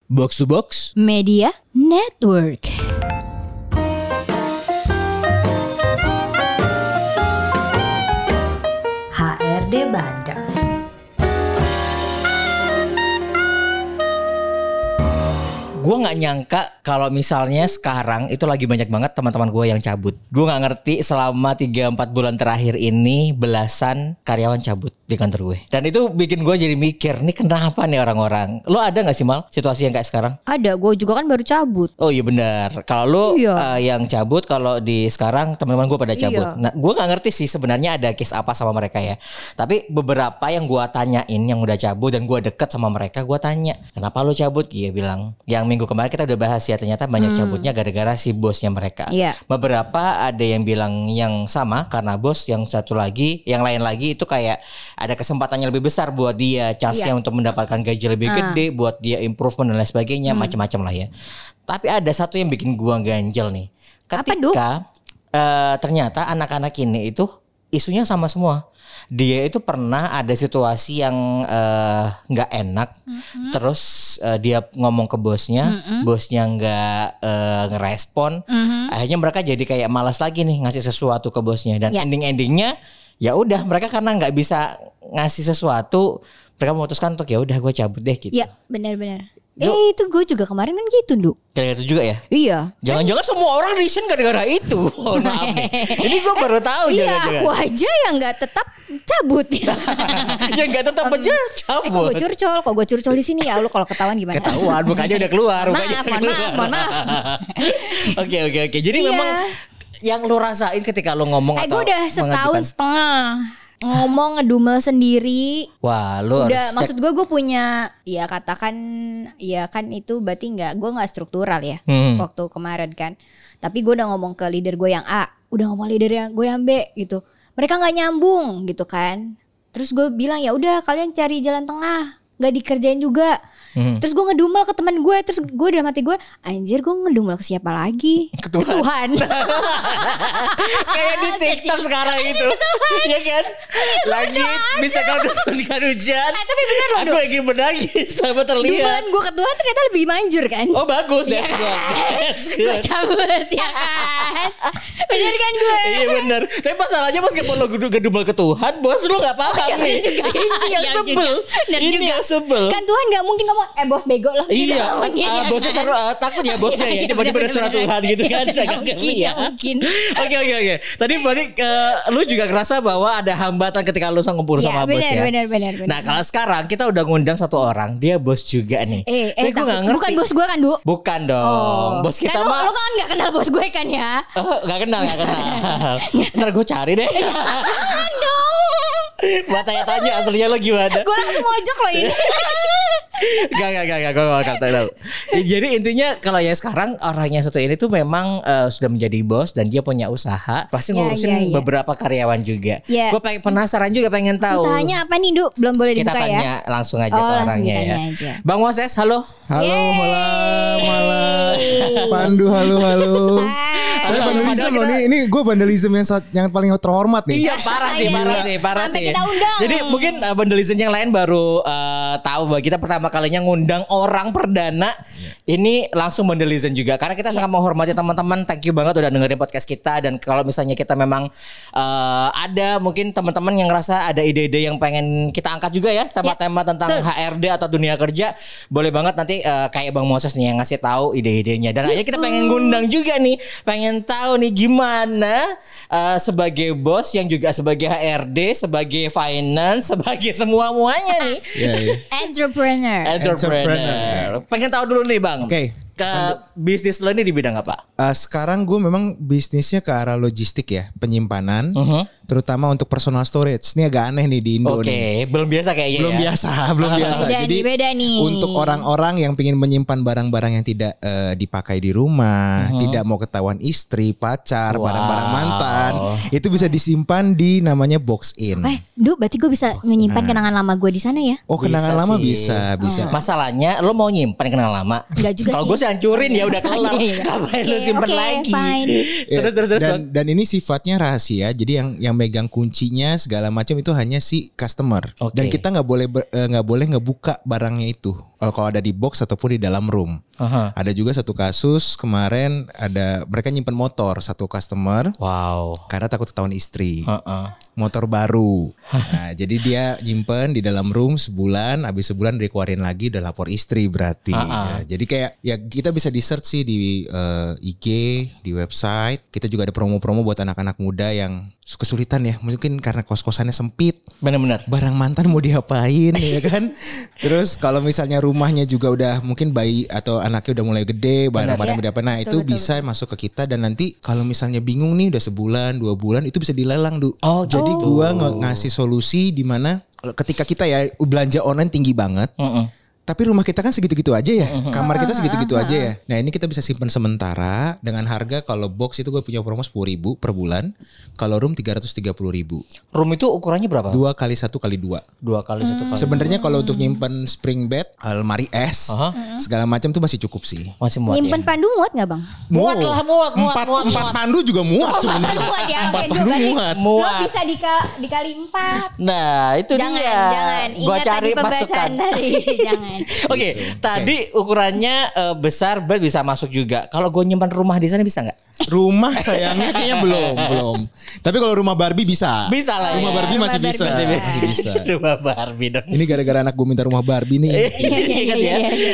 Box to Box Media Network. HRD Bandung. Gue gak nyangka kalau misalnya sekarang itu lagi banyak banget teman-teman gue yang cabut. Gue gak ngerti selama 3-4 bulan terakhir ini belasan karyawan cabut di kantor gue. Dan itu bikin gue jadi mikir, nih kenapa nih orang-orang. Lo ada gak sih Mal situasi yang kayak sekarang? Ada, gue juga kan baru cabut. Oh iya benar. Kalau lo yang cabut, kalau di sekarang teman-teman gue pada cabut. Iya. Nah gue gak ngerti sih sebenarnya ada case apa sama mereka ya. Tapi beberapa yang gue tanyain yang udah cabut dan gue deket sama mereka, gue tanya kenapa lo cabut? Dia bilang yang minggu kemarin kita udah bahas ya, ternyata banyak cabutnya gara-gara si bosnya mereka. Iya. Beberapa ada yang bilang yang sama karena bos, yang satu lagi, yang lain lagi itu kayak ada kesempatannya lebih besar buat dia, chance-nya untuk mendapatkan gaji lebih gede, buat dia improvement dan lain sebagainya, macam-macam lah ya. Tapi ada satu yang bikin gua ganjel nih. Ketika ternyata anak-anak ini itu isunya sama semua. Dia itu pernah ada situasi yang nggak enak, terus dia ngomong ke bosnya, bosnya nggak ngerespon, akhirnya mereka jadi kayak malas lagi nih ngasih sesuatu ke bosnya, dan ending-endingnya ya udah mereka karena nggak bisa ngasih sesuatu, mereka memutuskan untuk ya udah gue cabut deh gitu. Iya, benar-benar. Itu gue juga kemarin kan gitu, Nduk. Gara-gara itu juga ya? Iya. Jangan-jangan semua orang resign gara-gara itu. Oh, maaf nih. Ini gue baru tahu jangan-jangan. Iya, aku aja yang gak tetap cabut. Yang gak tetap aja cabut. Kok gue curcol di sini ya, lu kalau ketahuan gimana? Ketahuan, mukanya udah keluar. Mohon maaf. Oke. Jadi memang yang lu rasain ketika lu ngomong atau gue udah setahun setengah ngomong ngedumel sendiri. Wah, lu udah, harus maksud gue punya, ya katakan, ya kan itu berarti gue nggak struktural ya waktu kemarin kan. Tapi gue udah ngomong ke leader gue yang A, udah ngomong leader yang gue yang B gitu. Mereka nggak nyambung gitu kan. Terus gue bilang ya udah kalian cari jalan tengah, nggak dikerjain juga. Terus gue ngedumel ke teman gue, terus gue dalam hati gue, anjir gue ngedumel ke siapa lagi? Ke Tuhan. Kayak di TikTok sekarang itu, ya kan? Langit bisa kau turunkan hujan. Tapi bener loh, aku lagi menangis sama terlihat. Dumelan gue ke Tuhan ternyata lebih manjur kan? Oh bagus, that's good. Gue cabut ya kan? Bener kan gue? Iya bener. Tapi masalahnya meskipun lo gedumel ke Tuhan, bos lo gak paham nih. Ini yang sebel. Ini yang sebel. Kan Tuhan gak mungkin ngomong bos bego loh. Iya, bosnya seru, takut ya bosnya ya. Tiba-tiba ada surat Tuhan gitu kan. Mungkin. Oke. Tadi berarti lu juga ngerasa bahwa ada hambatan ketika lu ngumpul sama bos ya. Bener. Nah kalau sekarang kita udah ngundang satu orang, dia bos juga nih. Tapi gue gak ngerti. Bukan bos gue kan, Du? Bukan dong. Bos kita kan mah. Lu kan gak kenal bos gue kan ya? Gak kenal. Ntar gue cari deh. Buat tanya-tanya aslinya lo gimana. Gue langsung mojok loh ini. Gak gue gak tahu. Jadi intinya kalau ya sekarang orangnya satu ini tuh memang sudah menjadi bos dan dia punya usaha, pasti ngurusin beberapa karyawan juga. Gue penasaran juga, pengen tahu usahanya apa nih, Du? Belum boleh dibuka ya? Kita tanya langsung aja ke orangnya ya aja. Bang Moses, halo. Halo, malam. Pandu, halo. Saya vandalisme loh, ini gue vandalisme yang paling terhormat nih. Iya, parah sih. Kita undang. Jadi mungkin vandalisme yang lain baru tahu bahwa kita pertama kalinya ngundang orang perdana. Ini langsung vandalisme juga, karena kita sangat menghormati teman-teman. Thank you banget udah dengerin podcast kita. Dan kalau misalnya kita memang ada mungkin teman-teman yang ngerasa ada ide-ide yang pengen kita angkat juga ya, tema-tema tentang HRD atau dunia kerja, boleh banget nanti kayak Bang Moses nih yang ngasih tahu ide-idenya. Dan akhirnya kita pengen ngundang juga nih, pengen tahu nih gimana sebagai bos yang juga sebagai HRD, sebagai finance, sebagai semua-muanya nih. Entrepreneur. Pengen tahu dulu nih Bang. Oke. Ke bisnis lo ini di bidang apa? Sekarang gue memang bisnisnya ke arah logistik ya, penyimpanan, terutama untuk personal storage. Ini agak aneh nih di Indo nih. Belum biasa kayaknya. Belum biasa. Jadi beda nih. Untuk orang-orang yang ingin menyimpan barang-barang yang tidak dipakai di rumah, tidak mau ketahuan istri, pacar, barang-barang mantan, itu bisa disimpan di namanya box in. Du, berarti gue bisa menyimpan kenangan lama gue di sana ya? Oh, kenangan lama bisa. Masalahnya lo mau nyimpan kenangan lama? Enggak juga sih. Kalau gue hancurin ya udah kelar. Ngapain lu simpen lagi? Terus. Dan ini sifatnya rahasia. Jadi yang megang kuncinya segala macam itu hanya si customer. Dan kita nggak boleh ngebuka barangnya itu. kalau ada di box ataupun di dalam room. Ada juga satu kasus kemarin ada mereka nyimpen motor satu customer. Wow. Karena takut ketahuan istri. Motor baru. Nah, jadi dia nyimpen di dalam room sebulan, habis sebulan dikeluarin lagi udah lapor istri berarti. Ya, jadi kayak ya kita bisa di search sih di IG, di website. Kita juga ada promo-promo buat anak-anak muda yang kesulitan ya, mungkin karena kos-kosannya sempit. Benar-benar. Barang mantan mau diapain ya kan? Terus kalau misalnya rumahnya juga udah mungkin bayi atau anaknya udah mulai gede, barang-barang udah apa, nah itu bisa masuk ke kita dan nanti kalau misalnya bingung nih udah sebulan, 2 bulan itu bisa dilelang, Du. Jadi gua ngasih solusi di mana ketika kita ya belanja online tinggi banget. Tapi rumah kita kan segitu-gitu aja ya. Kamar kita segitu-gitu aja ya. Nah ini kita bisa simpan sementara dengan harga kalau box itu gue punya promo 10.000 per bulan. Kalau room 330.000. Room itu ukurannya berapa? 2 kali 1 kali 2. 2 kali 1 kali. Sebenarnya kalau untuk nyimpan spring bed, almari es, segala macam tuh masih cukup sih. Masih muat. Nyimpen pandu muat nggak bang? Muat lah, muat. 4 pandu juga muat sebenarnya. Muat ya. 4 pandu muat. Lo bisa dikali 4. Nah itu dia. Jangan. Gua Ingat cari tadi pembahasan masukan. tadi. Jangan. Oke, tadi ukurannya besar, bed bisa masuk juga. Kalau gue nyimpan rumah di sana bisa nggak? Rumah sayangnya kayaknya belum. Tapi kalau rumah Barbie bisa. Bisa lah. Rumah ya. Barbie masih Rumah bisa. Barbie Masih bisa. Rumah Barbie dong. Ini gara-gara anak gue minta rumah Barbie nih. Ingat ya.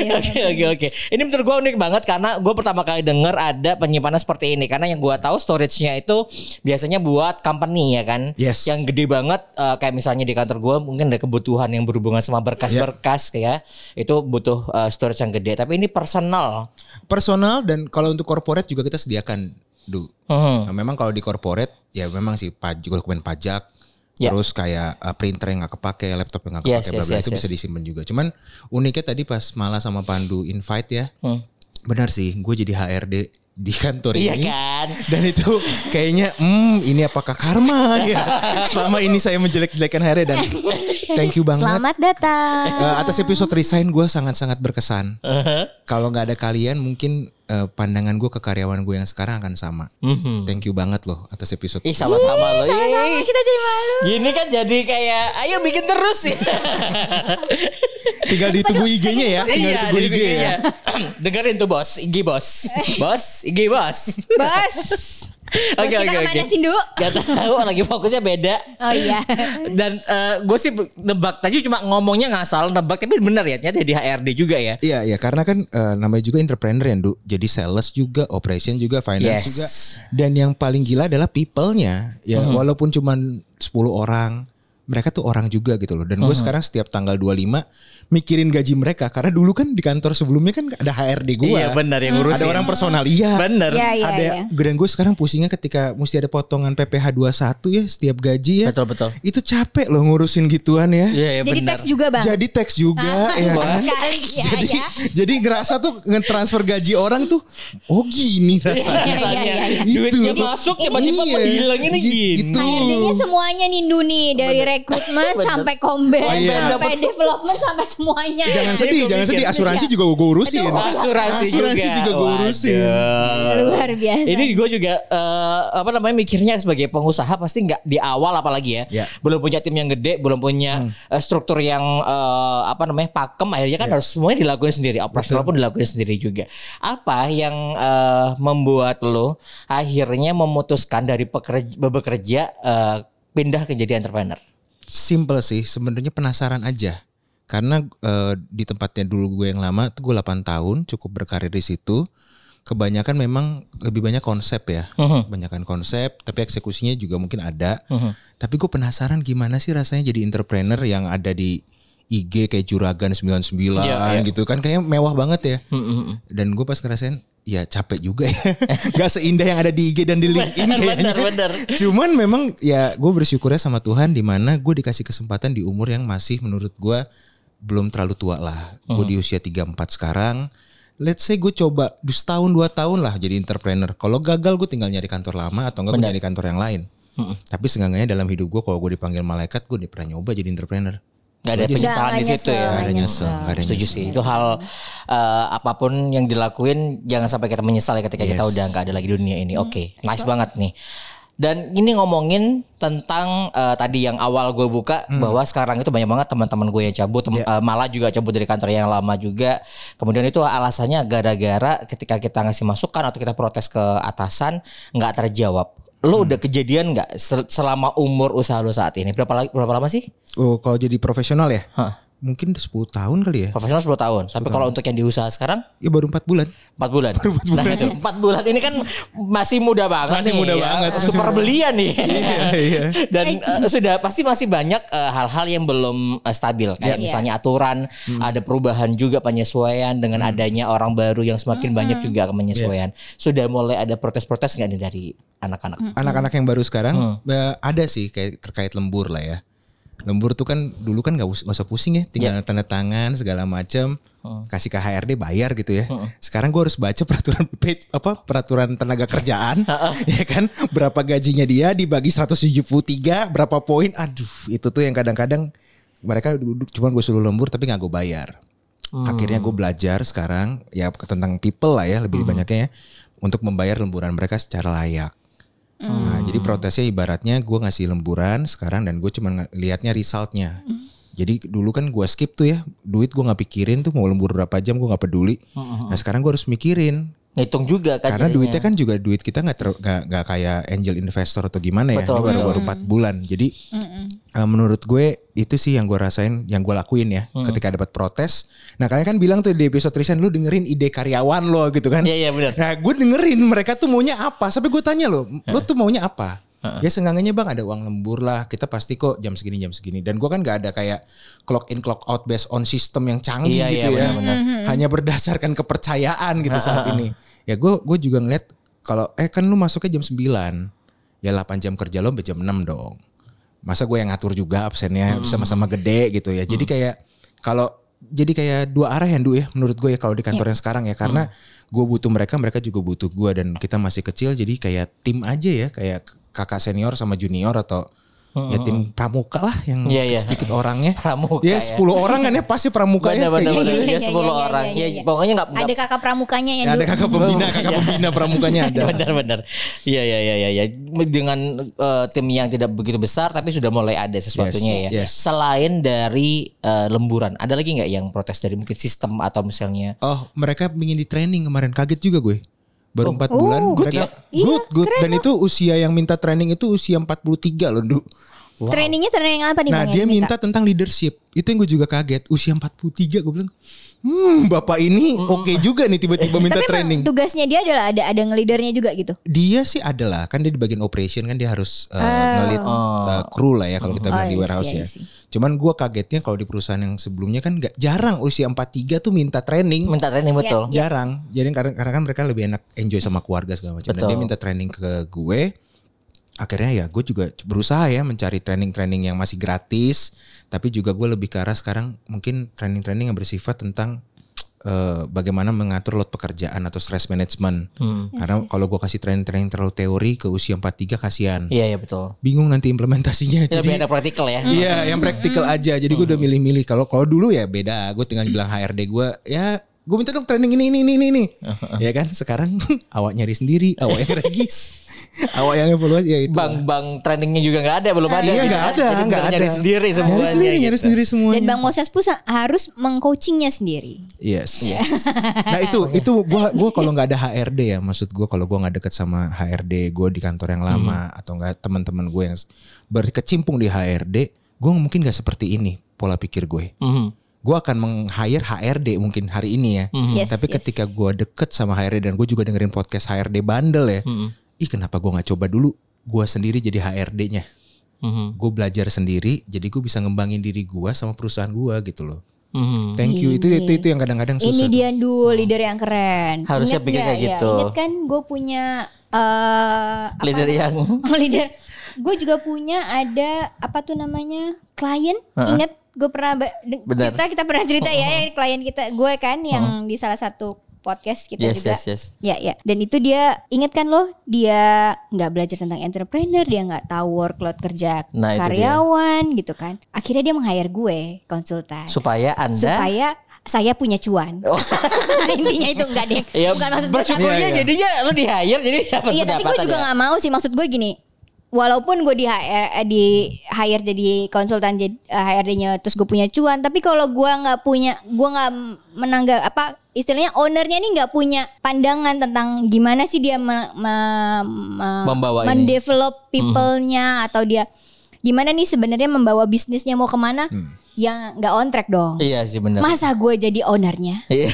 Oke. Ini menurut gue unik banget karena gue pertama kali denger ada penyimpanan seperti ini. Karena yang gue tahu storage-nya itu biasanya buat company ya kan. Yes. Yang gede banget kayak misalnya di kantor gue mungkin ada kebutuhan yang berhubungan sama berkas-berkas kayak itu butuh storage yang gede. Tapi ini personal. Personal dan kalau untuk corporate juga kita sediakan. Nah, memang kalau di corporate ya memang sih dokumen pajak. Terus kayak printer yang gak kepake, laptop yang gak kepake, bla bla itu bisa disimpan juga. Cuman uniknya tadi pas Mala sama Pandu invite ya, benar sih, gue jadi HRD di kantor ini. Iya kan. Dan itu kayaknya ini apakah karma ya? Selama ini saya menjelek-jelekan HRD dan thank you banget. Selamat datang. Atas episode resign gue sangat-sangat berkesan. Kalau gak ada kalian mungkin pandangan gue ke karyawan gue yang sekarang akan sama. Thank you banget loh atas episode. Sama-sama loh. Sama-sama kita jadi malu. Gini kan jadi kayak ayo bikin terus ya. Tinggal ditunggu IG-nya ya. Tinggal ditunggu IG ya. Dengerin tuh bos, IG bos. Bos, IG bos. Bos. Oke. Kemana sih, Du? Gak tahu, lagi fokusnya beda. Oh iya. Dan gue sih nebak tadi cuma ngomongnya ngasal nebak tapi benar ya ternyata di HRD juga ya. Iya karena kan namanya juga entrepreneur ya, Du. Jadi sales juga, operation juga, finance juga. Dan yang paling gila adalah people-nya. Ya walaupun cuma 10 orang, mereka tuh orang juga gitu loh. Dan gue sekarang setiap tanggal 25 mikirin gaji mereka. Karena dulu kan di kantor sebelumnya kan ada HRD gue. Iya benar yang ngurusin. Ada orang personal, iya. Benar. Iya. Dan gue sekarang pusingnya ketika mesti ada potongan PPh 21 ya setiap gaji ya. Betul. Itu capek loh ngurusin gituan ya. Iya Jadi benar. teks juga bang. Jadi teks juga ya kan. Sekali ya. Jadi ngerasa tuh nge-transfer gaji orang tuh gini rasanya. Rasanya Iya. duitnya Itu. masuk tiba-tiba menghilang ini gini. HRD-nya semuanya nindu nih dari rekrutmen sampai combat, sampai development sampai semuanya. Jangan sedih. Asuransi juga gue urusin. Asuransi juga gue urusin. Luar biasa. Ini gue juga mikirnya sebagai pengusaha pasti nggak di awal apalagi ya. Belum punya tim yang gede, belum punya struktur yang pakem. Akhirnya kan harus semuanya dilakuin sendiri. Operasional pun dilakuin sendiri juga. Apa yang membuat lo akhirnya memutuskan dari bekerja pindah ke jadi entrepreneur? Simple sih, sebenarnya penasaran aja. Karena di tempatnya dulu gue yang lama tuh gue 8 tahun cukup berkarir di situ. Kebanyakan memang lebih banyak konsep ya. Kebanyakan konsep tapi eksekusinya juga mungkin ada. Tapi gue penasaran gimana sih rasanya jadi entrepreneur yang ada di IG kayak Juragan 99 gitu kan. Kayaknya mewah banget ya. Dan gue pas ngerasain ya capek juga ya. Gak seindah yang ada di IG dan di LinkedIn kayaknya. Bener. Cuman memang ya gue bersyukurnya sama Tuhan di mana gue dikasih kesempatan di umur yang masih menurut gue belum terlalu tua lah. Gue di usia 34 sekarang. Let's say gue coba setahun 2 tahun lah jadi entrepreneur. Kalau gagal gue tinggal nyari kantor lama atau enggak gue nyari kantor yang lain. Tapi seenggaknya dalam hidup gue kalau gue dipanggil malaikat gue pernah nyoba jadi entrepreneur. Gak ada penyesalan di situ ya. Gak ada nyesel. Setuju sih. Itu hal apapun yang dilakuin jangan sampai kita menyesal ya ketika kita udah gak ada lagi dunia ini. Oke, nice banget nih. Dan ini ngomongin tentang tadi yang awal gue buka bahwa sekarang itu banyak banget teman-teman gue yang cabut, malah juga cabut dari kantor yang lama juga. Kemudian itu alasannya gara-gara ketika kita ngasih masukan atau kita protes ke atasan nggak terjawab. Lo udah kejadian nggak selama umur usaha lo saat ini? Berapa lama sih? Oh, kalau jadi profesional ya? Mungkin 10 tahun kali ya. Profesional 10 tahun. Sampai kalau untuk yang di usaha sekarang? Ya baru 4 bulan. 4 bulan. Nah itu 4 bulan ini kan masih muda banget masih nih. Muda banget. Super belian nih. Iya. Dan sudah pasti masih banyak hal-hal yang belum stabil. Kayak misalnya aturan, ada perubahan juga penyesuaian dengan adanya orang baru yang semakin banyak juga penyesuaian. Sudah mulai ada protes-protes nggak nih dari anak-anak? Anak-anak yang baru sekarang ada sih kayak terkait lembur lah ya. Lembur tuh kan dulu kan gak usah pusing ya, tinggal tanda tangan segala macam, kasih ke HRD bayar gitu ya. Sekarang gue harus baca peraturan tenaga kerjaan, ya kan, berapa gajinya dia dibagi 173, berapa poin, aduh itu tuh yang kadang-kadang mereka cuma gue suruh lembur tapi gak gue bayar. Akhirnya gue belajar sekarang ya tentang people lah ya lebih banyaknya ya, untuk membayar lemburan mereka secara layak. Nah, jadi protesnya ibaratnya gue ngasih lemburan sekarang dan gue cuma lihatnya resultnya. Jadi dulu kan gue skip tuh ya, duit gue nggak pikirin tuh mau lembur berapa jam gue nggak peduli. Nah sekarang gue harus mikirin. Ngitung juga kan. Karena duitnya kan juga duit kita nggak kayak angel investor atau gimana ya. Betul, ini baru 4 bulan. Jadi menurut gue itu sih yang gue rasain, yang gue lakuin ya ketika dapat protes. Nah kalian kan bilang tuh di episode recent lu dengerin ide karyawan lo gitu kan. Iya benar. Nah gue dengerin mereka tuh maunya apa. Sampai gue tanya lo tuh maunya apa? Ya seenggaknya bang ada uang lembur lah. Kita pasti kok jam segini. Dan gue kan gak ada kayak clock in clock out based on sistem yang canggih gitu ya. Bener. Hanya berdasarkan kepercayaan gitu saat ini. Ya gue juga ngeliat kalau kan lu masuknya jam 9. Ya 8 jam kerja lo sampai jam 6 dong. Masa gue yang ngatur juga absennya sama-sama gede gitu ya. Jadi kayak kayak dua arah ya Du ya menurut gue ya kalau di kantor yang sekarang ya. Karena gue butuh mereka juga butuh gue. Dan kita masih kecil jadi kayak tim aja ya. Kayak kakak senior sama junior atau ya tim pramuka lah yang sedikit orangnya. Pramuka ya 10 orang kan ya pasti pramuka ya. Benar. Ya 10 orang. Ya pokoknya enggak ada kakak pramukanya yang ada kakak pembina pramukanya ada. Benar. Iya. Dengan tim yang tidak begitu besar tapi sudah mulai ada sesuatunya ya. Selain dari lemburan, ada lagi enggak yang protes dari mungkin sistem atau misalnya? Oh, mereka ingin di training kemarin, kaget juga gue. Baru 4 bulan mereka good. Dan itu usia yang minta training itu usia 43 loh Du. Wow. Trainingnya training apa nih? Nah dia minta tentang leadership. Itu yang gue juga kaget. Usia 43 gue bilang bapak ini oke juga nih tiba-tiba minta training. Tapi tugasnya dia adalah ada nge-leadernya juga gitu? Dia sih adalah. Kan dia di bagian operation kan dia harus nge-lead kru lah ya kalau kita bilang di warehouse ya. Cuman gue kagetnya kalau di perusahaan yang sebelumnya kan jarang usia 43 tuh minta training. Minta training betul. Jarang. Jadi karena kan mereka lebih enak enjoy sama keluarga segala macam. Dan dia minta training ke gue. Akhirnya ya gue juga berusaha ya mencari training-training yang masih gratis. Tapi juga gue lebih ke arah sekarang mungkin training-training yang bersifat tentang bagaimana mengatur load pekerjaan atau stress management. Karena kalau gue kasih training-training terlalu teori ke usia 43 kasihan. Iya betul. Bingung nanti implementasinya. Jadi lebih ada praktikal ya. Iya yang praktikal aja. Jadi gue udah milih-milih. Kalau dulu ya beda. Gue tinggal bilang HRD gue ya gue minta dong training ini. Ya kan sekarang awak nyari sendiri. Awak yang regis. Awak yang evaluasi ya itu. Bang trainingnya juga nggak ada, belum ada. Iya nggak ada. Nyari sendiri semuanya. Nyari sendiri semuanya. Dan Bang Moses pun harus mengcoachingnya sendiri. Yes. Nah itu gue kalau nggak ada HRD ya, maksud gue kalau gue nggak deket sama HRD gue di kantor yang lama atau nggak teman-teman gue yang berkecimpung di HRD, gue mungkin nggak seperti ini pola pikir gue. Gue akan meng-hire HRD mungkin hari ini ya. Tapi ketika gue deket sama HRD dan gue juga dengerin podcast HRD Bandel ya. Kenapa gue gak coba dulu gue sendiri jadi HRD-nya. Gue belajar sendiri jadi gue bisa ngembangin diri gue sama perusahaan gue gitu loh. Thank you. Itu yang kadang-kadang susah. Ini dia leader yang keren. Harusnya pikir kayak gitu. Ingat kan gue punya leader yang leader. Gue juga punya ada klien. Ingat gue pernah kita pernah cerita ya klien kita gue kan yang di salah satu podcast kita juga. Ya. Dan itu dia ingat kan loh, dia nggak belajar tentang entrepreneur, dia nggak tahu workload kerja karyawan gitu kan. Akhirnya dia meng-hire gue konsultan. Supaya saya punya cuan. Intinya itu enggak deh. Ya, bukan maksud bersyukurnya jadinya lo di-hire jadi dapat pendapatan. Iya, tapi gue juga nggak mau sih, maksud gue gini. walaupun gue di hire jadi konsultan HRD-nya, terus gue punya cuan, tapi kalau gue nggak menanggap istilahnya ownernya nih nggak punya pandangan tentang gimana sih dia mendevelop people-nya, atau dia gimana nih sebenarnya membawa bisnisnya mau kemana, ya nggak on track dong. Iya sih benar. Masa gue jadi ownernya? Iya.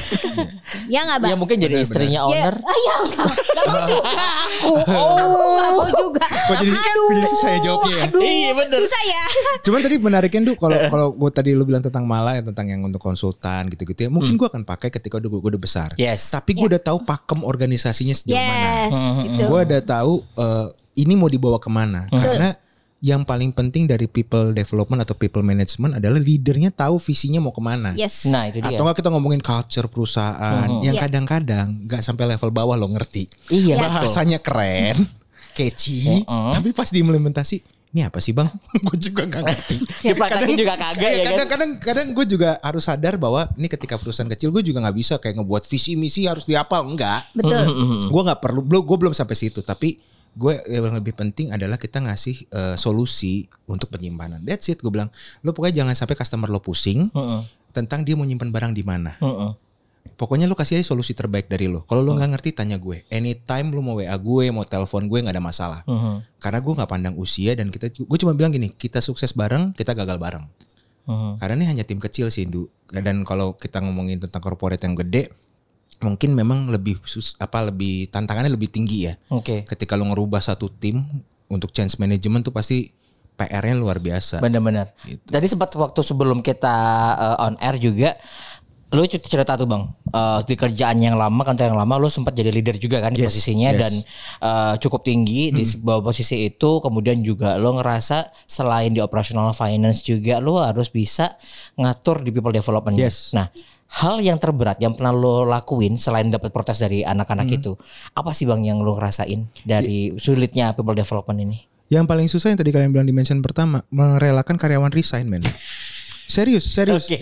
Ya nggak bang? Ya mungkin jadi istrinya owner. Ya nggak mau juga aku. Nggak mau juga. Kok jadi susah ya jawabnya ya? Aduh, Iya bener. susah ya. Cuman tadi menariknya tuh kalau gue tadi lu bilang tentang Mala ya, tentang yang untuk konsultan gitu-gitu ya, mungkin gue akan pakai ketika gue udah besar. Yes. Tapi gue udah tahu pakem organisasinya sejauh mana. Itu. Gue udah tahu ini mau dibawa kemana. Karena yang paling penting dari people development atau people management adalah leadernya tahu visinya mau kemana. Yes. Nah itu dia. Atau nggak kita ngomongin culture perusahaan yang kadang-kadang nggak sampai level bawah lo ngerti. Iya, bahasanya keren, catchy, tapi pas diimplementasi ini apa sih bang? Gue juga nggak ngerti. Dipraktekin juga kagak ya kan? Kadang gue juga harus sadar bahwa ini ketika perusahaan kecil gue juga nggak bisa kayak ngebuat visi misi harus dihafal, enggak. Betul. Gue nggak perlu, gue belum sampai situ. Tapi gue yang lebih penting adalah kita ngasih solusi untuk penyimpanan. That's it, gue bilang. Lo pokoknya jangan sampai customer lo pusing tentang dia mau nyimpan barang di mana. Pokoknya lo kasih aja solusi terbaik dari lo. Kalau lo nggak ngerti tanya gue. Anytime lo mau WA gue, mau telepon gue, nggak ada masalah. Karena gue nggak pandang usia dan gue cuma bilang gini, kita sukses bareng, kita gagal bareng. Karena ini hanya tim kecil sih, Indu. Dan kalau kita ngomongin tentang corporate yang gede, mungkin memang lebih tantangannya lebih tinggi ya. Ketika lo ngerubah satu tim untuk change management tuh pasti PR-nya luar biasa. Benar-benar. Gitu. Tadi sempat waktu sebelum kita on air juga, lo cerita tuh bang, di kerjaan yang lama, kantor yang lama, lo sempat jadi leader juga kan di posisinya dan cukup tinggi di bawah posisi itu. Kemudian juga lo ngerasa selain di operational finance juga lo harus bisa ngatur di people development. Nah, hal yang terberat yang pernah lo lakuin selain dapat protes dari anak-anak itu, apa sih bang yang lo ngerasain dari sulitnya people development ini? Yang paling susah yang tadi kalian bilang di mention pertama, merelakan karyawan resign, men. Serius. Okay.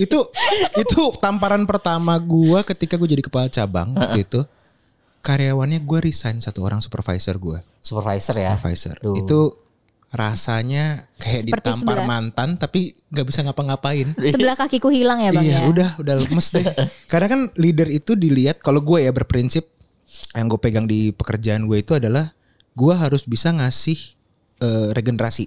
Itu tamparan pertama gue ketika gue jadi kepala cabang waktu itu. Karyawannya gue resign, satu orang supervisor gue. Supervisor ya. Itu rasanya kayak seperti ditampar mantan tapi nggak bisa ngapa-ngapain. Sebelah kakiku hilang ya bang. Iya, udah lemes deh. Karena kan leader itu dilihat, kalau gue ya berprinsip yang gue pegang di pekerjaan gue itu adalah gue harus bisa ngasih regenerasi.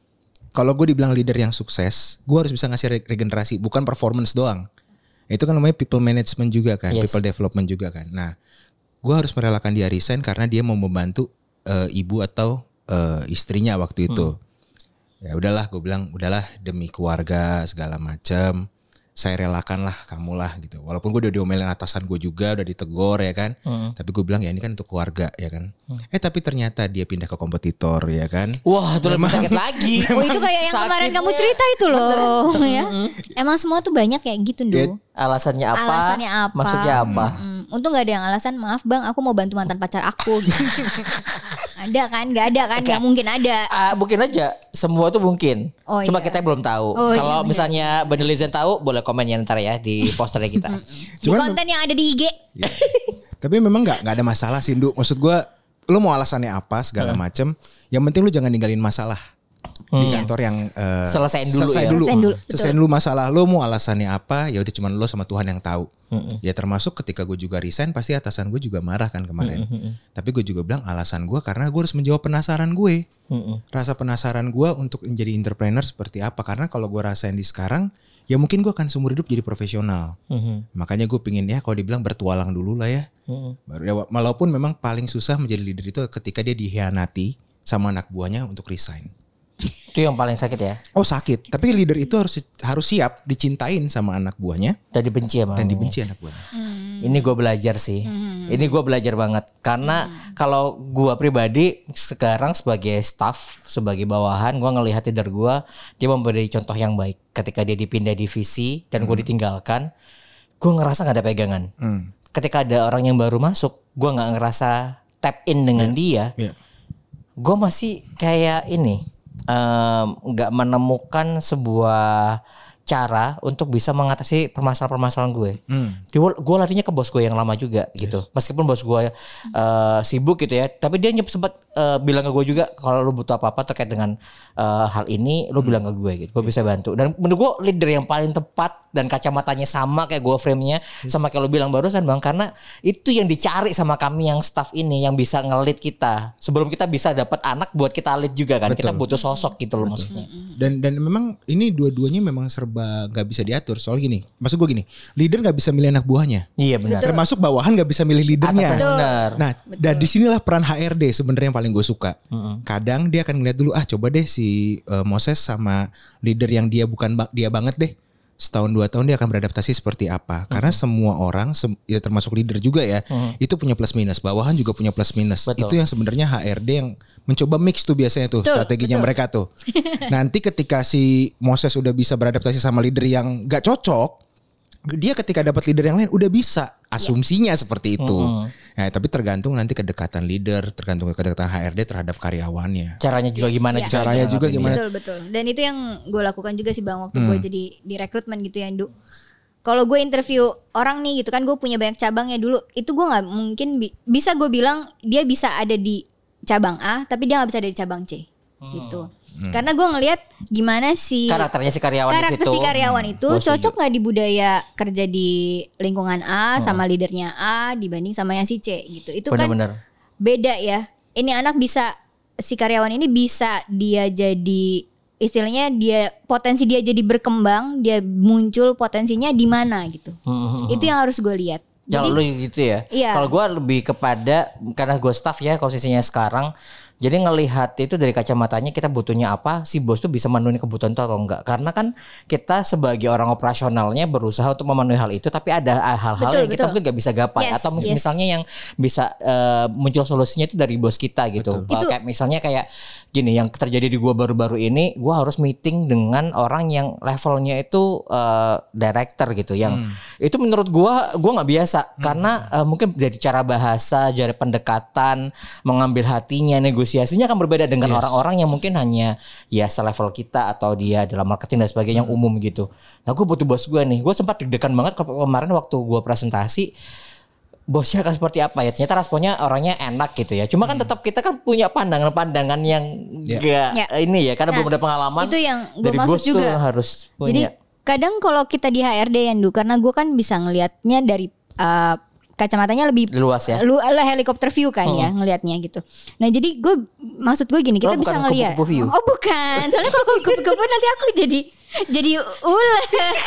Kalau gue dibilang leader yang sukses, gue harus bisa ngasih regenerasi, bukan performance doang. Itu kan namanya people management juga kan, people development juga kan. Nah, gue harus merelakan dia resign karena dia mau membantu ibu atau istrinya waktu itu. Ya udahlah, gue bilang udahlah demi keluarga segala macam, saya relakan lah kamu lah gitu. Walaupun gue udah diomelin atasan gue juga, udah ditegur ya kan. Tapi gue bilang ya ini kan untuk keluarga ya kan. Tapi ternyata dia pindah ke kompetitor ya kan. Wah itu lebih sakit lagi. Itu kayak yang kemarin kamu cerita itu loh. Ya. Emang semua tuh banyak kayak gitu dong. Alasannya apa? Maksudnya apa? Untung gak ada yang alasan, maaf bang aku mau bantu mantan pacar aku gitu. Ada kan? Gak ada kan? Gak mungkin ada. Mungkin aja. Semua tuh mungkin. Cuma kita belum tahu. Kalau misalnya Bani Lizen tahu, boleh komen ya ntar ya di posternya kita. Di konten yang ada di IG. Ya. Tapi memang gak ada masalah sih, Ndu. Maksud gue, lu mau alasannya apa segala macem. Yang penting lu jangan ninggalin masalah di kantor yang selesaiin dulu. Selesaiin dulu masalah. Lu mau alasannya apa? Ya udah cuman lu sama Tuhan yang tahu. Ya termasuk ketika gue juga resign, pasti atasan gue juga marah kan kemarin. Tapi gue juga bilang alasan gue karena gue harus menjawab penasaran gue. Rasa penasaran gue untuk menjadi entrepreneur seperti apa. Karena kalau gue rasain di sekarang, ya mungkin gue akan seumur hidup jadi profesional. Makanya gue pingin ya kalau dibilang bertualang dulu lah ya. Walaupun memang paling susah menjadi leader itu ketika dia dihianati sama anak buahnya untuk resign. Itu yang paling sakit ya. Oh sakit. Tapi leader itu harus siap dicintain sama anak buahnya dan dibenci sama anak buahnya. Ini gue belajar sih. Ini gue belajar banget karena kalau gue pribadi sekarang sebagai staff, sebagai bawahan, gue ngelihat leader gue, dia memberi contoh yang baik. Ketika dia dipindah divisi dan gue ditinggalkan, gue ngerasa gak ada pegangan. Ketika ada orang yang baru masuk, gue gak ngerasa tap in dengan dia. Gue masih kayak ini. Gak menemukan sebuah cara untuk bisa mengatasi permasalahan gue. Gue larinya ke bos gue yang lama juga gitu. Meskipun bos gue sibuk gitu ya, tapi dia sempat bilang ke gue juga kalau lu butuh apa-apa terkait dengan hal ini, lu bilang ke gue gitu. Gue bisa bantu. Dan menurut gue leader yang paling tepat dan kacamatanya sama kayak gue frame-nya sama kayak lu bilang barusan Bang, karena itu yang dicari sama kami yang staff ini yang bisa nge-lead kita. Sebelum kita bisa dapat anak buat kita lead juga kan. Betul. Kita butuh sosok gitu loh maksudnya. Dan memang ini dua-duanya memang serba nggak bisa diatur. Soal gini, maksud gue gini, leader nggak bisa milih anak buahnya. Iya benar. Termasuk bawahan nggak bisa milih leadernya. Benar. Nah, dan disinilah peran HRD sebenarnya yang paling gue suka. Kadang dia akan ngeliat dulu, coba deh si Moses sama leader yang dia bukan dia banget deh. Setahun 2 tahun dia akan beradaptasi seperti apa. Karena semua orang, ya termasuk leader juga ya, itu punya plus minus. Bawahan juga punya plus minus. Betul. Itu yang sebenarnya HRD yang mencoba mix tuh biasanya tuh strateginya mereka tuh. Nanti ketika si Moses udah bisa beradaptasi sama leader yang gak cocok, dia ketika dapat leader yang lain udah bisa. Asumsinya seperti itu. Nah, tapi tergantung nanti kedekatan leader, tergantung kedekatan HRD terhadap karyawannya. Caranya juga gimana? Caranya juga gimana? Betul. Dan itu yang gue lakukan juga sih Bang waktu gue jadi di rekrutmen gitu ya, Ndu. Kalau gue interview orang nih gitu kan, gue punya banyak cabangnya dulu. Itu gue nggak mungkin bisa gue bilang dia bisa ada di cabang A, tapi dia nggak bisa ada di cabang C, gitu. Karena gue ngelihat gimana si karakternya si karyawan itu cocok nggak di budaya kerja di lingkungan A sama leadernya A dibanding sama yang si C gitu. Itu bener-bener. Kan beda ya. Ini anak bisa, si karyawan ini bisa dia jadi istilahnya potensi dia jadi berkembang, dia muncul potensinya di mana gitu. Itu yang harus gue lihat. Jadi, lu gitu ya. Iya. Kalau gue lebih kepada karena gue staff ya posisinya sekarang. Jadi ngelihat itu dari kacamatanya kita butuhnya apa, si bos tuh bisa memenuhi kebutuhan itu atau enggak. Karena kan kita sebagai orang operasionalnya berusaha untuk memenuhi hal itu, tapi ada hal-hal yang kita mungkin gak bisa gapai. Atau mungkin misalnya yang bisa muncul solusinya itu dari bos kita gitu. Kayak misalnya kayak gini, yang terjadi di gua baru-baru ini, gua harus meeting dengan orang yang levelnya itu director gitu. Yang itu menurut gua gak biasa. Karena mungkin dari cara bahasa, dari pendekatan, mengambil hatinya, negosiasinya akan berbeda dengan orang-orang yang mungkin hanya ya selevel kita atau dia dalam marketing dan sebagainya yang umum gitu. Nah gue butuh bos gue nih. Gue sempat deg-degan banget kemarin waktu gue presentasi. Bosnya akan seperti apa ya? Ternyata responnya orangnya enak gitu ya. Cuma kan tetap kita kan punya pandangan-pandangan yang ini ya. Karena belum ada pengalaman. Itu yang gue maksud juga. Harus punya. Jadi kadang kalau kita di HRD Yandu, karena gue kan bisa ngelihatnya dari kacamatanya lebih luas ya. Helikopter view kan ya ngelihatnya gitu. Nah jadi maksud gue gini, kita bisa ngelihat. Oh bukan, soalnya kalau kupu-kupu nanti aku jadi ular.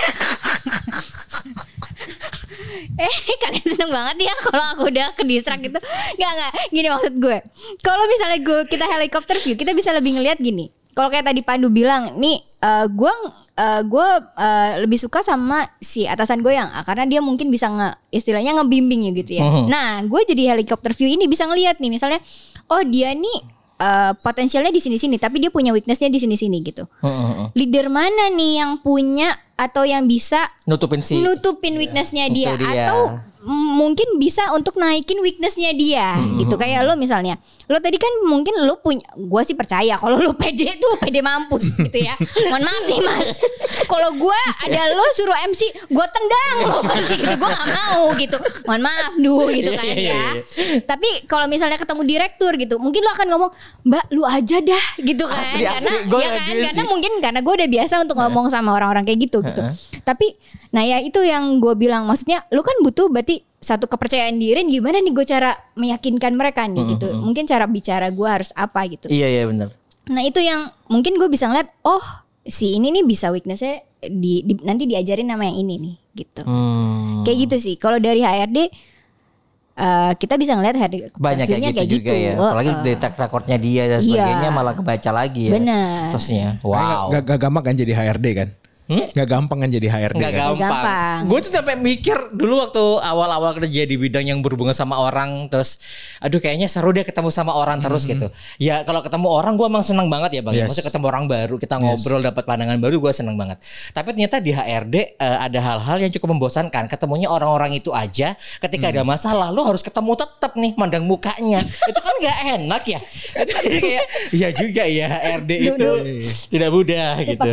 Kalian seneng banget ya kalau aku udah kedistrak gitu. Enggak. Gini maksud gue. Kalau misalnya kita helikopter view, kita bisa lebih ngelihat gini. Kalau kayak tadi Pandu bilang, nih gue lebih suka sama si atasan gue yang A, karena dia mungkin bisa istilahnya ngebimbing ya gitu ya. Nah, gue jadi helikopter view ini bisa ngelihat nih, misalnya, oh dia nih potensialnya di sini-sini, tapi dia punya weaknessnya di sini-sini gitu. Leader mana nih yang punya atau yang bisa nutupin weaknessnya dia, atau mungkin bisa untuk naikin weaknessnya dia gitu. Kayak lo misalnya, lo tadi kan mungkin lo punya, gue sih percaya kalau lo pede mampus gitu ya. Mohon maaf nih mas, kalau gue ada lo suruh MC, gue tendang lo pasti gitu. Gue gak mau gitu, mohon maaf gitu kan ya. Tapi kalau misalnya ketemu direktur gitu, mungkin lo akan ngomong, mbak lu aja dah gitu kan. Karena gue udah biasa untuk ngomong sama orang-orang kayak gitu. Tapi nah ya itu yang gue bilang, maksudnya lu kan butuh berarti satu kepercayaan diri. Gimana nih gue cara meyakinkan mereka nih gitu. Mungkin cara bicara gue harus apa gitu. Iya benar. Nah itu yang mungkin gue bisa ngeliat, oh si ini nih bisa weaknessnya nanti diajarin nama yang ini nih gitu. Kayak gitu sih. Kalau dari HRD kita bisa ngeliat banyak kayak gitu juga ya. Apalagi dari track recordnya dia dan sebagainya malah kebaca lagi ya. Benar. Terusnya wow. Gak gampang kan jadi HRD kan? Gak gampang kan jadi HRD. Gak gampang. Gue tuh sampai mikir dulu waktu awal-awal kerja di bidang yang berhubungan sama orang, terus aduh kayaknya seru deh ketemu sama orang terus gitu. Ya kalau ketemu orang gue emang seneng banget ya bang. Maksudnya ketemu orang baru, kita ngobrol, dapat pandangan baru, gue seneng banget. Tapi ternyata di HRD ada hal-hal yang cukup membosankan. Ketemunya orang-orang itu aja. Ketika ada masalah lo harus ketemu tetap nih, mandang mukanya. Itu kan gak enak ya. Itu jadi kayak ya juga ya HRD itu tidak mudah gitu.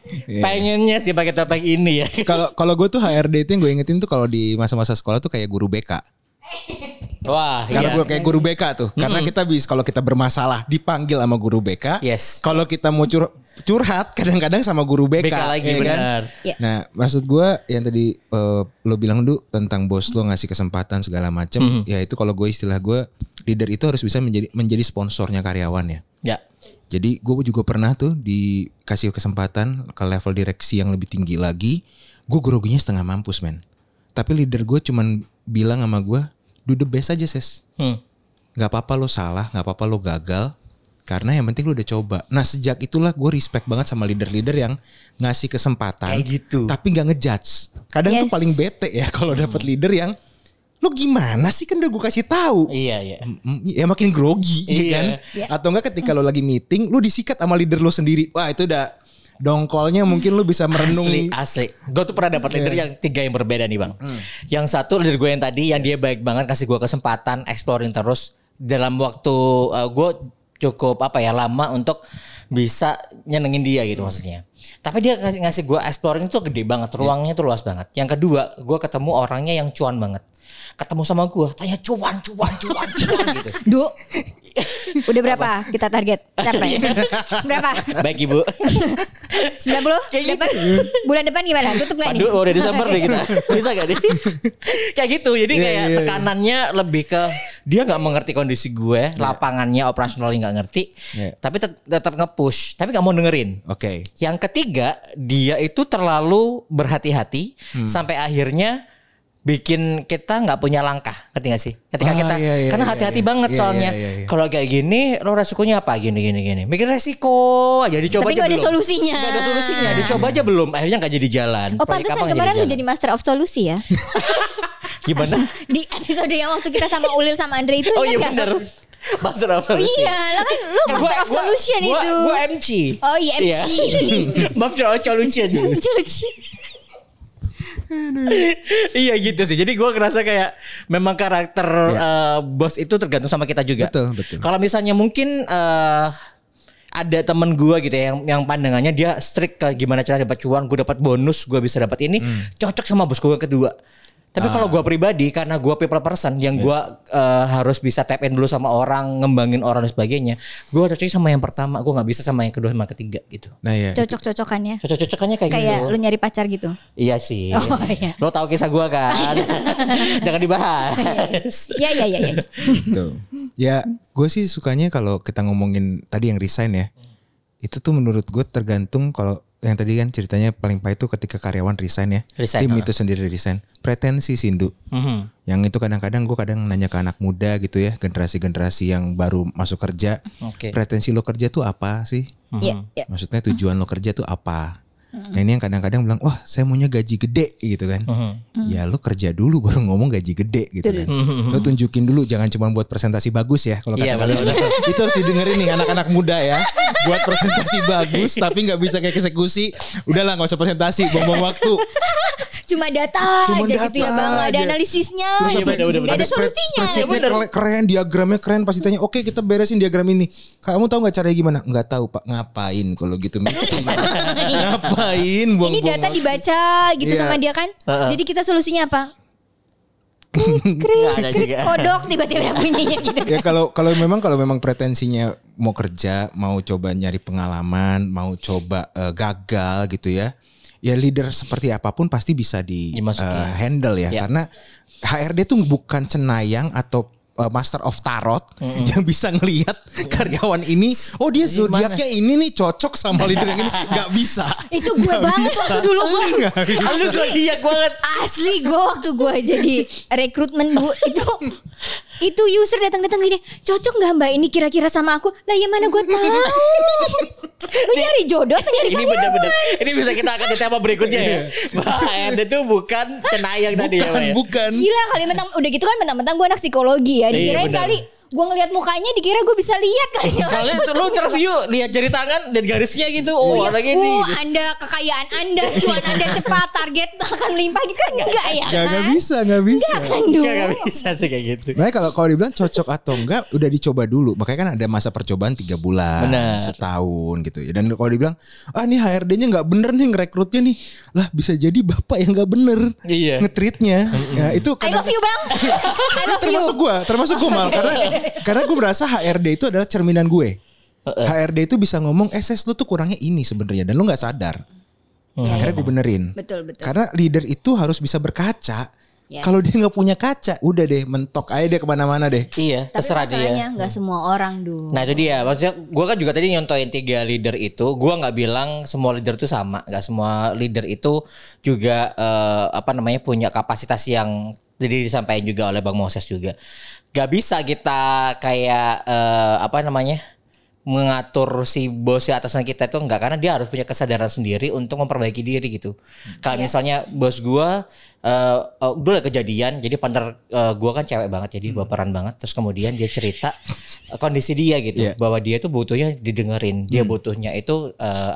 Pengennya sih pakai topeng ini ya. Kalau gue tuh HRD itu yang gue ingetin tuh kalau di masa-masa sekolah tuh kayak guru BK. Wah, Karena gue kayak guru BK tuh. Karena kita bisa kalau kita bermasalah dipanggil sama guru BK. Yes. Kalau kita mau curhat kadang-kadang sama guru BK lagi ya kan? benar. Nah, maksud gue yang tadi lo bilang dulu tentang bos lo ngasih kesempatan segala macem. Ya itu kalau gue istilah gue leader itu harus bisa menjadi sponsornya karyawan ya. Ya. Jadi gue juga pernah tuh dikasih kesempatan ke level direksi yang lebih tinggi lagi. Gue groginya setengah mampus men. Tapi leader gue cuman bilang sama gue, do the best aja Ses. Gak apa-apa lo salah, gak apa-apa lo gagal. Karena yang penting lo udah coba. Nah sejak itulah gue respect banget sama leader-leader yang ngasih kesempatan. Kayak gitu. Tapi gak ngejudge. Kadang tuh paling bete ya kalau dapet leader yang lo gimana sih kan udah gue kasih tahu. Iya. Ya makin grogi kan. Atau enggak ketika lo lagi meeting lo disikat sama leader lo sendiri. Wah itu udah dongkolnya mungkin lo bisa merenung. Asli. Gue tuh pernah dapat leader yang 3 yang berbeda nih bang. Yang satu leader gue yang tadi yang dia baik banget kasih gue kesempatan exploring terus dalam waktu gue cukup lama untuk bisa nyenengin dia gitu maksudnya. Tapi dia ngasih gue exploring itu gede banget, ruangnya tuh luas banget. Yang kedua, gue ketemu orangnya yang cuan banget. Ketemu sama gue, tanya cuan gitu. Udah berapa kita target capai? Berapa? Baik ibu. 90? Dapat bulan depan gimana? Tutup gak nih? Aduh udah Desember deh kita. Bisa gak nih? Kayak gitu. Jadi kayak tekanannya lebih ke dia gak mengerti kondisi gue. Lapangannya operasionalnya gak ngerti. Tapi tetap nge-push. Tapi gak mau dengerin. Oke. Yang ketiga dia itu terlalu berhati-hati. Sampai akhirnya bikin kita nggak punya langkah, ngerti gak sih? Ketika kita karena hati-hati banget soalnya. Kalau kayak gini, lo resikonya apa? Gini. Mikir resiko aja, dicoba tapi aja belum. Tapi gak ada solusinya. Gak ada solusinya, dicoba aja belum. Akhirnya nggak jadi jalan. Oh pantesan kemarin lo jadi master of solusi ya? Gimana? Di episode yang waktu kita sama Ulil sama Andre itu. Oh iya benar. Master of Solution. Iya, lo kan lu Master of Solution itu. Gue MC. Oh iya MC. Master of Solution. Iya gitu sih. Jadi gue ngerasa kayak memang karakter bos itu tergantung sama kita juga. Betul. Kalau misalnya mungkin ada temen gue gitu ya yang pandangannya dia strict ke gimana cara dapat cuan, gue dapat bonus, gue bisa dapat ini, cocok sama bos gue kedua. Tapi kalau gue pribadi karena gue people person yang gue harus bisa tap in dulu sama orang, ngembangin orang dan sebagainya, gue cocoknya sama yang pertama, gue nggak bisa sama yang kedua sama ketiga gitu. Nah ya. Cocok-cocokannya. Cocok-cocokannya kayak gitu. Kayak lu nyari pacar gitu. Iya sih. Oh, iya. Lo tahu kisah gue kan? Jangan dibahas. Iya. Tuh. Ya, gue sih sukanya kalau kita ngomongin tadi yang resign ya. Itu tuh menurut gue tergantung kalau yang tadi kan ceritanya paling pahit itu ketika karyawan resign ya. Tim itu sendiri resign. Pretensi Sindu. Yang itu kadang-kadang gue nanya ke anak muda gitu ya. Generasi-generasi yang baru masuk kerja. Pretensi lo kerja tuh apa sih? Maksudnya tujuan lo kerja tuh apa? Nah ini yang kadang-kadang bilang, wah saya maunya gaji gede gitu kan. Ya lo kerja dulu baru ngomong gaji gede gitu kan. Lo tunjukin dulu, jangan cuma buat presentasi bagus ya. Kalau kata itu harus didengerin nih anak-anak muda ya. Buat presentasi bagus tapi gak bisa kayak eksekusi. Udahlah gak usah presentasi, buang-buang waktu. Cuma data aja gitu ya bang. Gak ada analisisnya. Gak ada solusinya. Spreadsheetnya keren, diagramnya keren. Pasti tanya, oke kita beresin diagram ini. Kamu tahu gak caranya gimana? Gak tahu pak. Ngapain kalau gitu? Ngapain? Ini data dibaca gitu sama dia kan. Jadi kita solusinya apa? Krik kodok tiba-tiba bunyinya gitu. Ya kalau memang pretensinya mau kerja, mau coba nyari pengalaman, mau coba gagal gitu ya. Ya leader seperti apapun pasti bisa di handle ya. Karena HRD tuh bukan cenayang atau master of tarot yang bisa ngelihat karyawan ini, oh dia zodiaknya ini nih cocok sama leader yang ini. Gak bisa. Itu gue banget waktu dulu gue. Lu zodiak banget. Asli gue waktu gue jadi rekrutmen bu itu user datang gini, cocok nggak mbak ini kira-kira sama aku? Lah ya mana gue tahu. Lu nyari jodoh apa nyari karyawan? Ini bener-bener. Ini bisa kita akan di tema berikutnya ya. Mbak Erde tuh bukan cenayang tadi ya. Bukan. Gila kali mentang udah gitu kan mentang-mentang gue anak psikologi ya. Dikirain kali Gue ngeliat mukanya dikira gue bisa lihat kali ya. Kalian tuh lu interview lihat jari tangan, lihat garisnya gitu. Oh, ada gini. Gitu. Anda kekayaan Anda, cuan Anda cepat, target akan melimpah gitu kan enggak ya? Gak bisa. Enggak kan dulu. Gak bisa sih kayak gitu. Nah kalau dibilang cocok atau enggak udah dicoba dulu. Makanya kan ada masa percobaan 3 bulan, Bener. setahun gitu ya. Dan kalau dibilang nih HRD-nya nggak bener nih ngerekrutnya nih, lah bisa jadi bapak yang nggak bener nge-treatnya. Ya, itu I love you bang. I love you. Termasuk gue mal karena gue merasa HRD itu adalah cerminan gue. HRD itu bisa ngomong ses lu tuh kurangnya ini sebenarnya dan lu nggak sadar. Akhirnya gue benerin. Betul. Karena leader itu harus bisa berkaca. Yes. Kalau dia nggak punya kaca, udah deh mentok aja deh kemana-mana deh. Iya, terserah dia. Tapi masalahnya nggak semua orang dulu. Nah itu dia, maksudnya gue kan juga tadi nyontohin 3 leader itu, gue nggak bilang semua leader itu sama, nggak semua leader itu juga punya kapasitas yang jadi disampaikan juga oleh Bang Moses juga. Gak bisa kita kayak mengatur si bos di atasnya kita itu enggak, karena dia harus punya kesadaran sendiri untuk memperbaiki diri gitu. Kalau misalnya bos gua dulu ada kejadian, jadi partner gua kan cewek banget, jadi baperan banget, terus kemudian dia cerita kondisi dia gitu, bahwa dia tuh butuhnya didengerin, dia butuhnya itu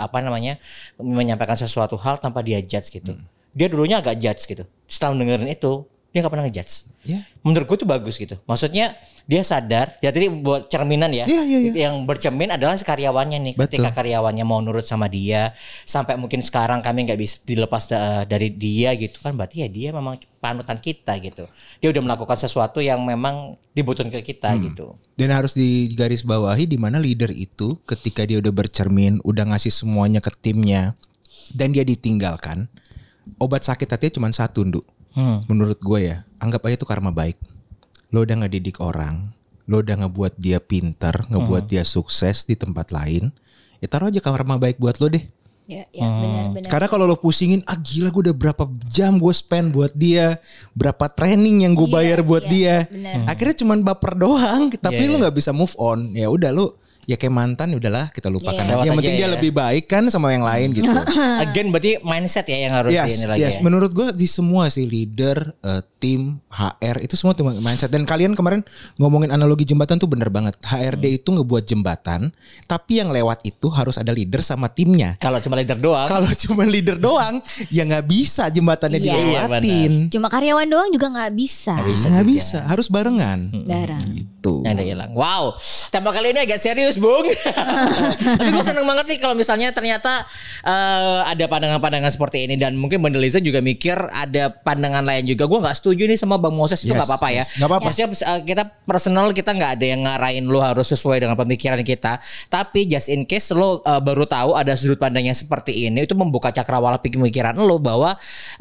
menyampaikan sesuatu hal tanpa dia judge gitu. Dia dulunya agak judge gitu. Setelah dengerin itu, dia gak pernah ngejudge. Menurut gue tuh bagus gitu. Maksudnya dia sadar. Ya tadi buat cerminan ya. Yang bercermin adalah si karyawannya nih. Betul. Ketika karyawannya mau nurut sama dia, sampai mungkin sekarang kami gak bisa dilepas dari dia gitu kan. Berarti ya dia memang panutan kita gitu. Dia udah melakukan sesuatu yang memang dibutuhkan ke kita gitu. Dan harus digarisbawahi di mana leader itu ketika dia udah bercermin, udah ngasih semuanya ke timnya, dan dia ditinggalkan, obat sakit hatinya cuma satu, Nduk. Menurut gue ya, anggap aja itu karma baik. Lo udah ngedidik orang, lo udah ngebuat dia pintar, ngebuat dia sukses di tempat lain, ya taruh aja karma baik buat lo deh. Ya benar-benar. Karena kalau lo pusingin, gila gue udah berapa jam gue spend buat dia, berapa training yang gue bayar buat dia, akhirnya cuman baper doang, tapi lo nggak bisa move on. Ya udah lo ya kayak mantan, udahlah kita lupakan aja. Yang penting dia lebih baik kan sama yang lain gitu. Again berarti mindset ya yang harus ini lagi. Yes, menurut gue di semua sih leader, tim, HR itu semua tuh mindset. Dan kalian kemarin ngomongin analogi jembatan tuh bener banget. HRD itu ngebuat jembatan, tapi yang lewat itu harus ada leader sama timnya. Kalau cuma leader doang. Kalau cuma leader doang, ya nggak bisa jembatannya dilewatin. Cuma karyawan doang juga nggak bisa. Nggak bisa, harus barengan. Gitu. Ada hilang. Wow, tema kali ini agak serius, Bung. Tapi gue seneng banget nih kalau misalnya ternyata ada pandangan-pandangan seperti ini, dan mungkin Bang Deliza juga mikir ada pandangan lain juga. Gue nggak setuju nih sama Bang Moses, itu nggak apa-apa ya. Nggak apa-apa. Maksudnya kita personal, kita nggak ada yang ngarahin lo harus sesuai dengan pemikiran kita. Tapi just in case lo baru tahu ada sudut pandang yang seperti ini, itu membuka cakrawala pemikiran lo bahwa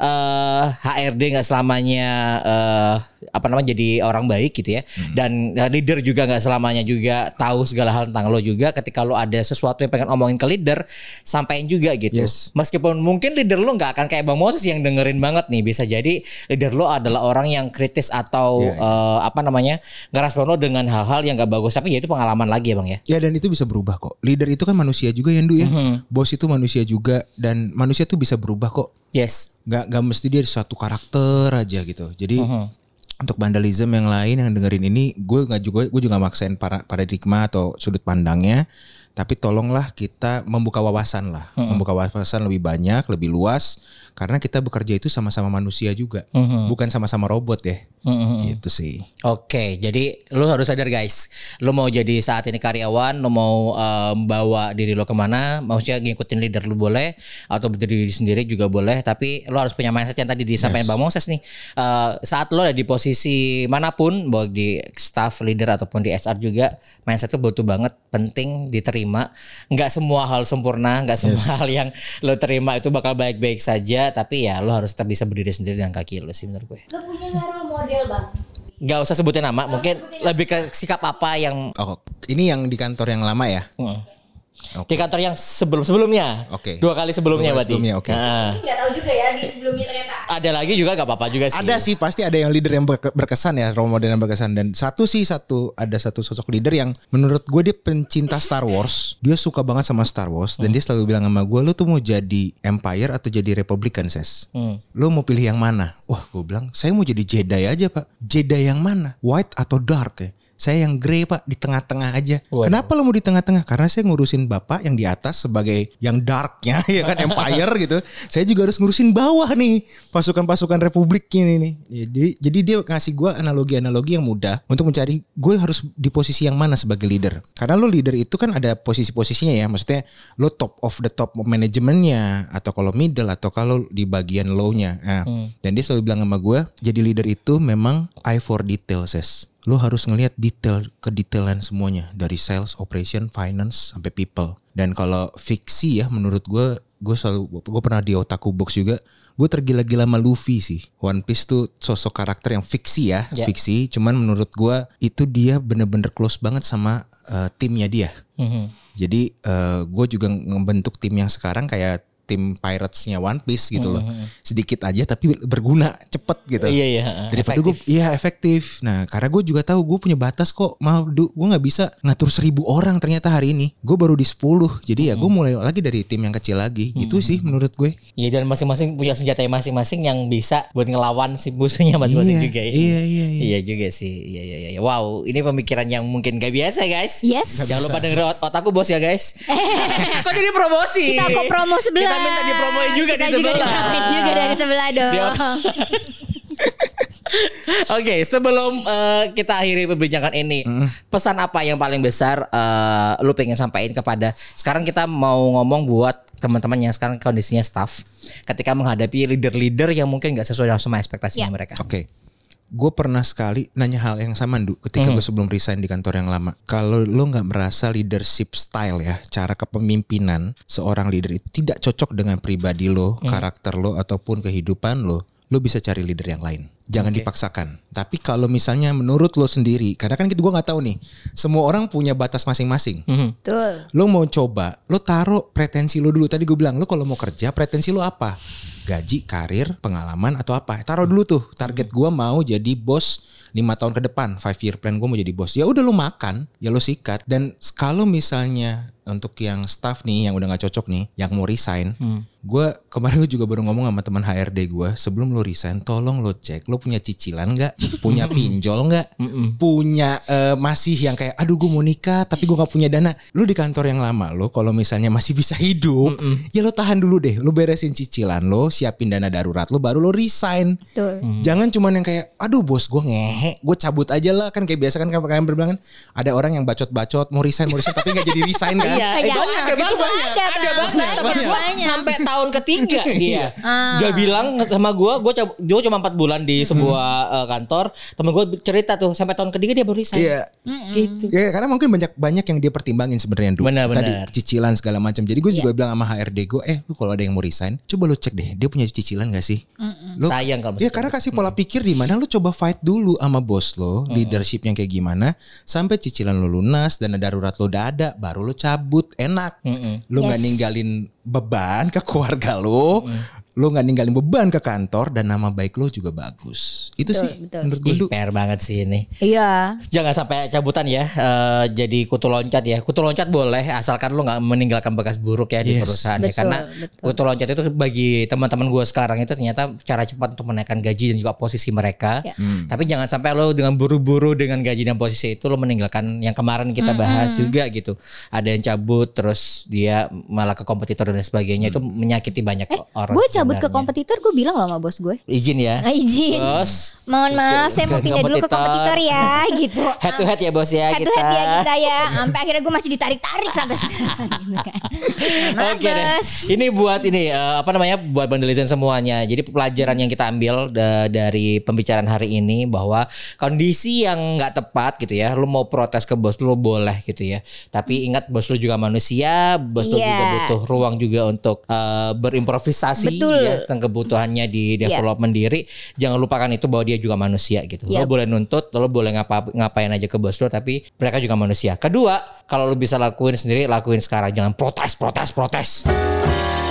HRD nggak selamanya jadi orang baik gitu ya. Dan leader juga nggak selamanya juga tahu segala hal tentang lo juga. Ketika lo ada sesuatu yang pengen omongin ke leader, sampaikan juga gitu. Meskipun mungkin leader lo nggak akan kayak Bang Moses yang dengerin banget nih, bisa jadi leader lo adalah orang yang kritis atau ngerespon lo dengan hal-hal yang nggak bagus. Tapi ya itu pengalaman lagi ya Bang ya. Ya, dan itu bisa berubah kok. Leader itu kan manusia juga ya Ndu ya. Bos itu manusia juga, dan manusia tuh bisa berubah kok. Yes. Nggak mesti dia satu karakter aja gitu. Jadi untuk vandalism yang lain yang dengerin ini, gue juga maksain paradigma atau sudut pandangnya, tapi tolonglah kita membuka wawasan lah, membuka wawasan lebih banyak, lebih luas, karena kita bekerja itu sama-sama manusia juga, bukan sama-sama robot ya. Gitu sih. Oke, jadi lo harus sadar guys, lo mau jadi saat ini karyawan, lo mau bawa diri lo kemana, maksudnya ngikutin leader lo boleh, atau berdiri sendiri juga boleh, tapi lo harus punya mindset yang tadi disampaikan Bang Moses nih. Saat lo ada di posisi manapun, baik di staff, leader ataupun di HR juga, mindset itu butuh banget, penting diterima. Nggak semua hal sempurna, nggak semua hal yang lo terima itu bakal baik-baik saja, tapi ya lo harus tetap bisa berdiri sendiri dengan kaki lo sih menurut gue. Lo punya role model Bang? Gak usah sebutin nama, mungkin lebih ke sikap apa yang. Ini yang di kantor yang lama ya? Di kantor yang sebelumnya. 2 kali sebelumnya berarti. Nggak tahu juga ya di sebelumnya ternyata. Ada lagi juga gak apa-apa juga sih. Ada sih, pasti ada yang leader yang berkesan ya, role model yang berkesan. Dan ada satu sosok leader yang menurut gue dia pencinta Star Wars. Dia suka banget sama Star Wars, dan dia selalu bilang sama gue, lu tuh mau jadi Empire atau jadi Republican, Ses? Lu mau pilih yang mana? Wah, gue bilang saya mau jadi Jedi aja Pak. Jedi yang mana? White atau dark ya? Saya yang grey Pak, di tengah-tengah aja. Waduh. Kenapa lo mau di tengah-tengah? Karena saya ngurusin Bapak yang di atas sebagai yang darknya ya kan, Empire gitu. Saya juga harus ngurusin bawah nih, pasukan-pasukan Republik ini nih. Jadi dia ngasih gue analogi-analogi yang mudah untuk mencari gue harus di posisi yang mana sebagai leader. Karena lo leader itu kan ada posisi-posisinya ya. Maksudnya lo top of the top manajemennya, atau kalau middle, atau kalau di bagian low-nya. Nah, dan dia selalu bilang sama gue, jadi leader itu memang eye for detail, Ses. Lo harus ngelihat kedetailan semuanya, dari sales, operation, finance, sampai people. Dan kalau fiksi ya, menurut gue pernah di Otaku Box juga, gue tergila-gila sama Luffy sih. One Piece tuh sosok karakter yang fiksi ya, fiksi. Cuman menurut gue itu dia bener-bener close banget sama timnya dia. Jadi gue juga ngebentuk tim yang sekarang kayak tim Pirates-nya One Piece gitu loh. Sedikit aja tapi berguna, cepet gitu. Iya. Daripada gue efektif. Nah, karena gue juga tahu gue punya batas kok. Gue gak bisa ngatur 1.000 orang ternyata hari ini. Gue baru di 10. Jadi ya gue mulai lagi dari tim yang kecil lagi. Gitu sih menurut gue. Iya, dan masing-masing punya senjata masing-masing yang bisa buat ngelawan si musuhnya masing-masing juga ya. Iya juga sih. Iya. Wow, ini pemikiran yang mungkin gak biasa guys. Yes. Jangan lupa denger Otaku Bos ya guys. Kok jadi promosi? Kita kok promo sebelah. Kita minta dipromoin juga di sebelah. Kita juga dipromoin juga dari sebelah dong. Oke, sebelum kita akhiri perbincangan ini, pesan apa yang paling besar lu pengen sampaikan kepada, sekarang kita mau ngomong buat teman-teman yang sekarang kondisinya staff ketika menghadapi leader-leader yang mungkin gak sesuai sama ekspektasinya mereka. Oke. Gue pernah sekali nanya hal yang sama, Ndu, ketika gue sebelum resign di kantor yang lama. Kalau lo gak merasa leadership style ya, cara kepemimpinan seorang leader itu tidak cocok dengan pribadi lo, karakter lo, ataupun kehidupan lo bisa cari leader yang lain. Jangan dipaksakan. Tapi kalau misalnya menurut lo sendiri, karena kan gue gak tahu nih, semua orang punya batas masing-masing. Betul. Lo mau coba, lo taruh pretensi lo dulu. Tadi gue bilang, lo kalau mau kerja pretensi lo apa? Gaji, karir, pengalaman, atau apa? Taruh dulu tuh. Target gue mau jadi bos 5 tahun ke depan, 5-year plan gue mau jadi bos. Ya udah lo makan, ya lo sikat. Dan kalau misalnya untuk yang staff nih yang udah gak cocok nih, yang mau resign, gue kemarin juga baru ngomong sama teman HRD gue, sebelum lo resign tolong lo cek lo punya cicilan gak, punya pinjol gak, punya masih yang kayak aduh gue mau nikah tapi gue gak punya dana. Lo di kantor yang lama lo kalau misalnya masih bisa hidup, ya lo tahan dulu deh, lo beresin cicilan lo, siapin dana darurat lo, baru lo resign. Jangan cuman yang kayak aduh bos gue ngehe, gue cabut aja lah. Kan kayak biasa kan kalian berbilang kan ada orang yang bacot-bacot mau resign tapi gak jadi resign kan. Iya, itu ada banget. Temen gue sampai tahun ketiga dia bilang sama gue cuma 4 bulan di sebuah kantor. Temen gue cerita tuh sampai tahun ketiga dia baru resign. Iya. Gitu. Ya karena mungkin banyak yang dia pertimbangin sebenarnya dulu. Tadi cicilan segala macam. Jadi gue juga bilang sama HRD gue, lu kalau ada yang mau resign, coba lu cek deh dia punya cicilan gak sih? Lu, sayang kalau. Ya karena kasih pola pikir di mana lu coba fight dulu sama bos lo, leadership yang kayak gimana, sampai cicilan lu lunas, dana darurat lu udah ada, baru lu cabut enak. Lu nggak ninggalin beban ke keluarga lu, lu nggak ninggalin beban ke kantor, dan nama baik lu juga bagus. Itu betul, sih menurut gue. PR banget sih ini. Iya. Jangan sampai cabutan ya, jadi kutu loncat ya. Kutu loncat boleh asalkan lu nggak meninggalkan bekas buruk ya di perusahaan. Betul, ya. Karena kutu loncat itu bagi teman-teman gue sekarang itu ternyata cara cepat untuk menaikkan gaji dan juga posisi mereka. Tapi jangan sampai lu dengan buru-buru dengan gaji dan posisi itu lu meninggalkan yang kemarin kita bahas juga gitu. Ada yang cabut terus dia malah ke kompetitor dan sebagainya, itu menyakiti banyak orang. Gue cabut ke kompetitor, gue bilang loh sama bos gue, izin ya. Izin. Bos, mohon maaf saya mau pindah dulu ke kompetitor ya gitu. Head to head ya bos ya. Head to head ya kita ya. Sampai akhirnya gue masih ditarik-tarik sampai sekarang gitu kan. Oke deh. Ini buat buat Bandelizen semuanya. Jadi pelajaran yang kita ambil dari pembicaraan hari ini bahwa kondisi yang nggak tepat gitu ya, lu mau protes ke bos lu boleh gitu ya. Tapi ingat bos lu juga manusia, bos lu juga butuh ruang juga untuk berimprovisasi ya, tentang kebutuhannya di development diri. Jangan lupakan itu bahwa dia juga manusia gitu. Lo boleh nuntut, lo boleh ngapain aja ke bos lo, tapi mereka juga manusia. Kedua, kalau lo bisa lakuin sendiri, lakuin sekarang. Jangan protes.